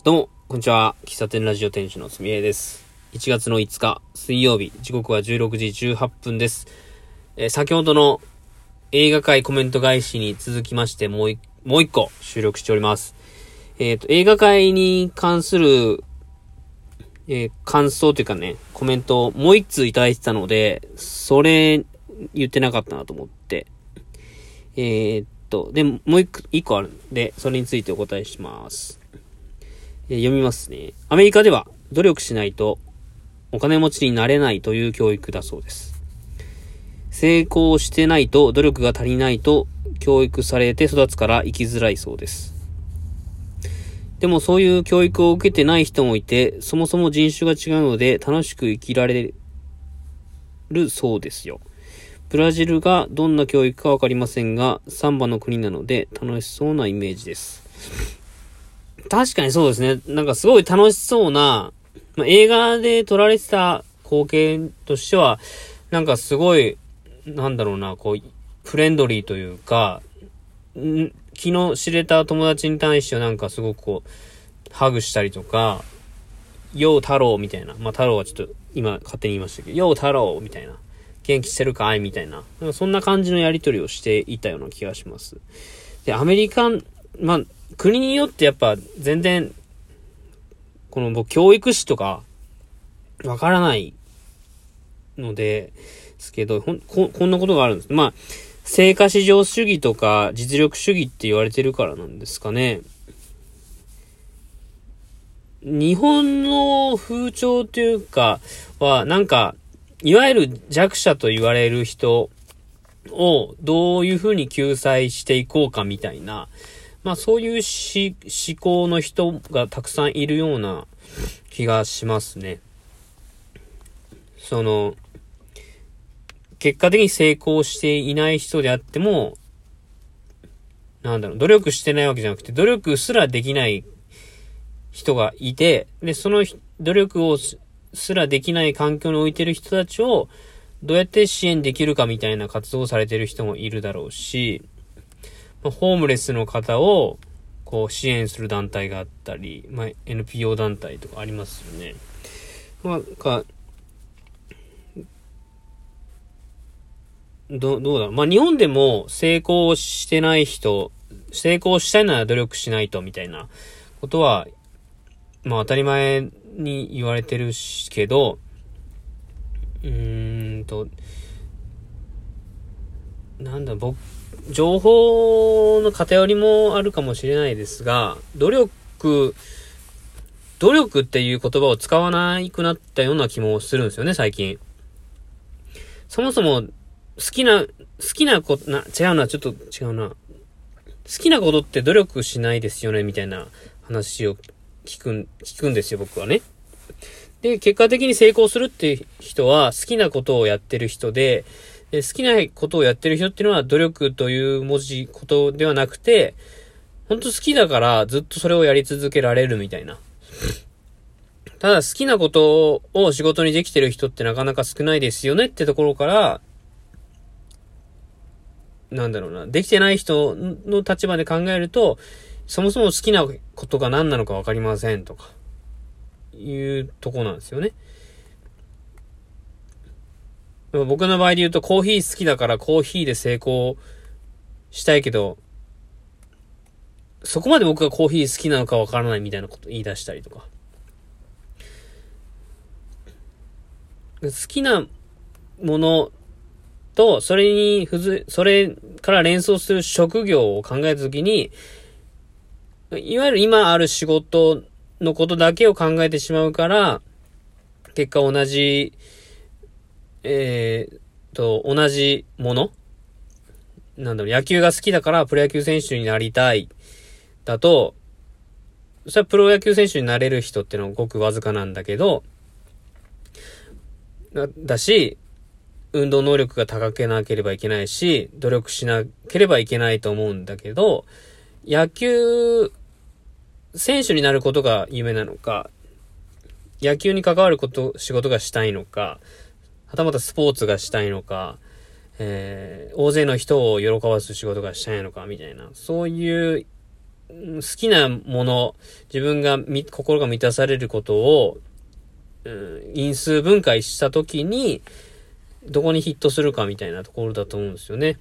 どうも、こんにちは。喫茶店ラジオ店主のすみえです。1月の5日、水曜日、時刻は16時18分です。先ほどの映画界コメント返しに続きまして、もう一個収録しております。映画界に関する、感想というかね、コメントをもう一通いただいてたので、それ言ってなかったなと思って。で、もう一個あるんで、それについてお答えします。読みますね。アメリカでは努力しないとお金持ちになれないという教育だそうです。成功してないと努力が足りないと教育されて育つから生きづらいそうです。でもそういう教育を受けてない人もいて、そもそも人種が違うので楽しく生きられるそうですよ。ブラジルがどんな教育かわかりませんが、サンバの国なので楽しそうなイメージです。確かにそうですね。なんかすごい楽しそうな、映画で撮られてた光景としては、なんかすごい、なんだろうな、こう、フレンドリーというか、昨日知れた友達に対してはなんかすごくこう、ハグしたりとか、よう太郎みたいな。太郎はちょっと今勝手に言いましたけど、よう太郎みたいな。元気してるかいみたいな。なんかそんな感じのやりとりをしていたような気がします。で、アメリカン、国によってやっぱ全然、この僕教育史とかわからないのですけど、こんなことがあるんです。成果至上主義とか実力主義って言われてるからなんですかね。日本の風潮というかは、なんか、いわゆる弱者と言われる人をどういうふうに救済していこうかみたいな、そういう思考の人がたくさんいるような気がしますね。結果的に成功していない人であっても、努力してないわけじゃなくて、努力すらできない人がいて、で、その努力をすらできない環境に置いてる人たちをどうやって支援できるかみたいな活動をされてる人もいるだろうし、ホームレスの方をこう支援する団体があったり、NPO 団体とかありますよね。どうだろう。日本でも成功してない人、成功したいなら努力しないとみたいなことは、当たり前に言われてるけど、情報の偏りもあるかもしれないですが、努力っていう言葉を使わなくなったような気もするんですよね、最近。そもそも、好きなこと、ちょっと違うな。好きなことって努力しないですよね、みたいな話を聞くんですよ、僕はね。で、結果的に成功するって人は好きなことをやってる人で、好きなことをやってる人っていうのは努力ということではなくて、本当好きだからずっとそれをやり続けられるみたいな。ただ好きなことを仕事にできてる人ってなかなか少ないですよねってところから、できてない人の立場で考えると、そもそも好きなことが何なのかわかりませんとか、いうとこなんですよね。僕の場合で言うとコーヒー好きだからコーヒーで成功したいけど、そこまで僕がコーヒー好きなのかわからないみたいなこと言い出したりとか。好きなものと、それから連想する職業を考えたときに、いわゆる今ある仕事のことだけを考えてしまうから、結果同じもの野球が好きだからプロ野球選手になりたい。だと、それはプロ野球選手になれる人ってのはごくわずかなんだけど、だし、運動能力が高けなければいけないし、努力しなければいけないと思うんだけど、野球選手になることが夢なのか、野球に関わる仕事がしたいのか、はたまたスポーツがしたいのか、大勢の人を喜ばす仕事がしたいのかみたいな、そういう好きなもの、自分が心が満たされることを、因数分解したときに、どこにヒットするかみたいなところだと思うんですよね。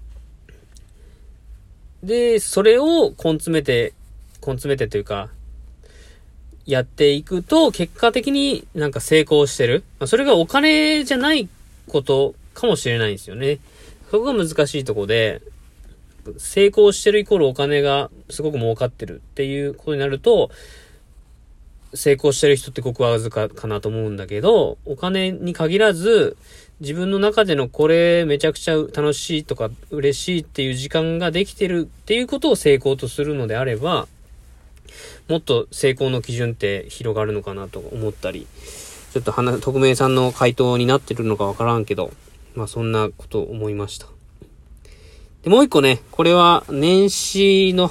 で、それを根詰めてというか、やっていくと、結果的になんか成功してる。それがお金じゃないことかもしれないんですよね。そこが難しいところで、成功してるイコールお金がすごく儲かってるっていうことになると、成功してる人ってごくわずかかなと思うんだけど、お金に限らず、自分の中でのこれめちゃくちゃ楽しいとか嬉しいっていう時間ができてるっていうことを成功とするのであれば、もっと成功の基準って広がるのかなと思ったり、ちょっと匿名さんの回答になってるのかわからんけど、そんなことを思いました。で、もう一個ね、これは年始の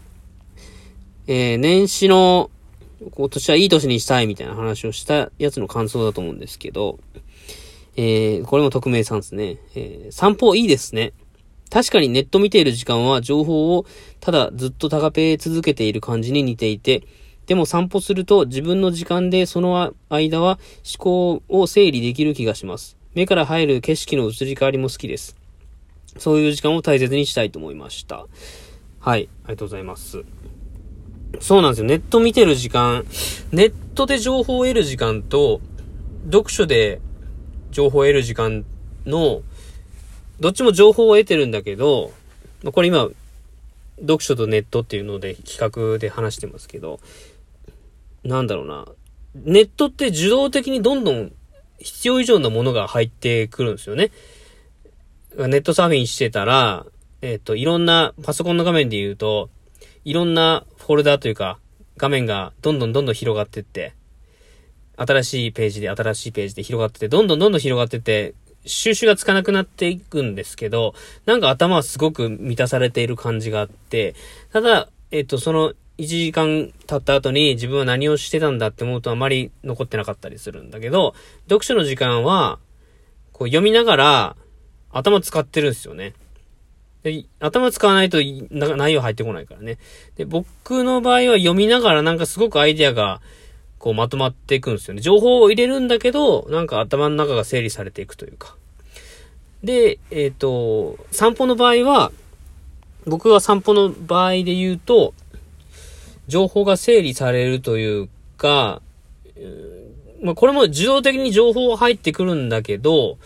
今年はいい年にしたいみたいな話をしたやつの感想だと思うんですけど、これも匿名さんですね。散歩いいですね。確かにネット見ている時間は情報をただずっと高ペ続けている感じに似ていて、でも散歩すると自分の時間でその間は思考を整理できる気がします。目から入る景色の移り変わりも好きです。そういう時間を大切にしたいと思いました。はい、ありがとうございます。そうなんですよ。ネット見てる時間、ネットで情報を得る時間と、読書で情報を得る時間の、どっちも情報を得てるんだけど、これ今、読書とネットっていうので企画で話してますけど、なんだろうな。ネットって自動的にどんどん必要以上のものが入ってくるんですよね。ネットサーフィンしてたら、いろんなパソコンの画面で言うと、いろんなフォルダというか、画面がどんどん広がってって、新しいページで広がってて、どんどん広がってて、収集がつかなくなっていくんですけど、なんか頭はすごく満たされている感じがあって、ただ、その1時間経った後に自分は何をしてたんだって思うとあまり残ってなかったりするんだけど、読書の時間は、こう読みながら頭使ってるんですよね。で、頭使わないと内容入ってこないからね。で、僕の場合は読みながらなんかすごくアイデアがこうまとまっていくんですよね。情報を入れるんだけど、なんか頭の中が整理されていくというか。で、散歩の場合は、僕は散歩の場合で言うと、情報が整理されるというか、これも自動的に情報が入ってくるんだけど、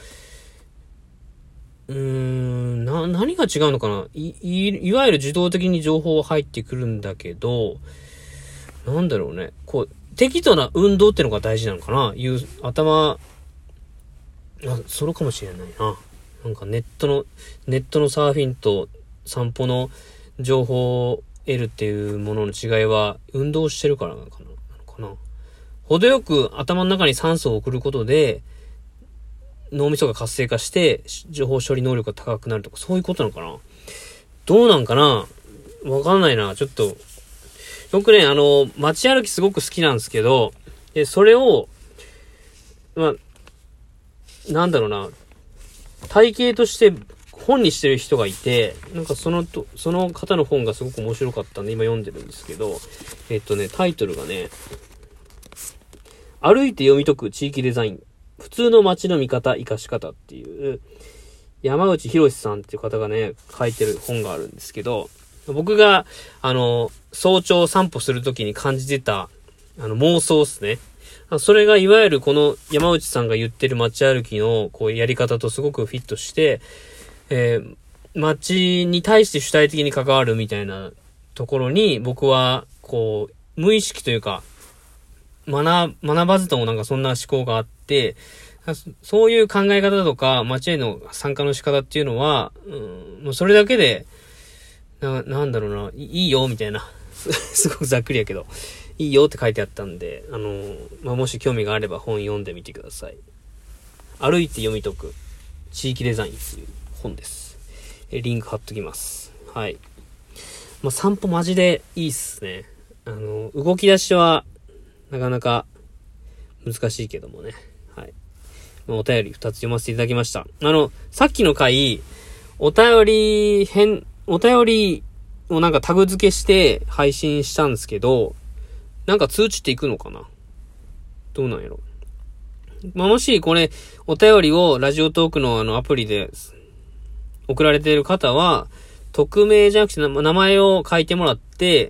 何が違うのかな。いわゆる自動的に情報が入ってくるんだけど、なんだろうね。こう、適度な運動ってのが大事なのかな。それかもしれないな。なんかネットのサーフィンと散歩の情報を得るっていうものの違いは、運動してるからなのかな。程よく頭の中に酸素を送ることで、脳みそが活性化して、情報処理能力が高くなるとか、そういうことなのかな。どうなんかな。わかんないな。ちょっと、僕ね、街歩きすごく好きなんですけど、で、それを、なんだろうな、体系として本にしてる人がいて、なんかその方の本がすごく面白かったんで、今読んでるんですけど、タイトルがね、歩いて読み解く地域デザイン。普通の街の見方、生かし方っていう、山内博さんっていう方がね、書いてる本があるんですけど、僕が、早朝散歩するときに感じてた、妄想ですね。それがいわゆるこの山内さんが言ってる街歩きのこうやり方とすごくフィットして、街に対して主体的に関わるみたいなところに僕はこう無意識というか学ばずともなんかそんな思考があって、そういう考え方とか街への参加の仕方っていうのは、もうそれだけでなんだろうな、いいよみたいなすごくざっくりやけどいいよって書いてあったんで、もし興味があれば本読んでみてください。歩いて読み解く地域デザインっていう本です。リンク貼っときます。はい。散歩マジでいいっすね。動き出しはなかなか難しいけどもね。はい。お便り2つ読ませていただきました。さっきの回、お便りををなんかタグ付けして配信したんですけど、なんか通知っていくのかな？どうなんやろ。もしこれ、お便りをラジオトークのアプリで送られている方は、匿名じゃなくて名前を書いてもらって、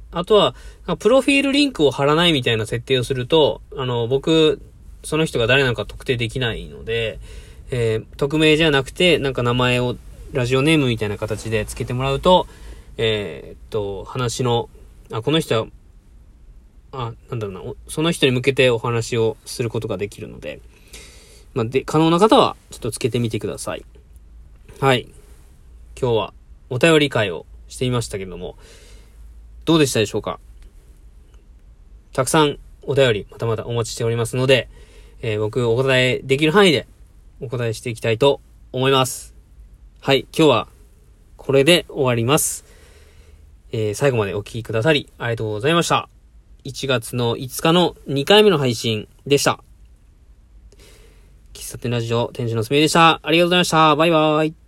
あとは、プロフィールリンクを貼らないみたいな設定をすると、僕、その人が誰なのか特定できないので、匿名じゃなくて、なんか名前をラジオネームみたいな形でつけてもらうと、話の、この人は、なんだろうな、その人に向けてお話をすることができるので、可能な方は、ちょっとつけてみてください。はい。今日は、お便り会をしてみましたけれども、どうでしたでしょうか？たくさんお便り、またまたお待ちしておりますので、僕お答えできる範囲でお答えしていきたいと思います。はい。今日は、これで終わります。最後までお聞きくださり、ありがとうございました。1月の5日の2回目の配信でした。喫茶店ラジオ店主のすみえでした。ありがとうございました。バイバイ。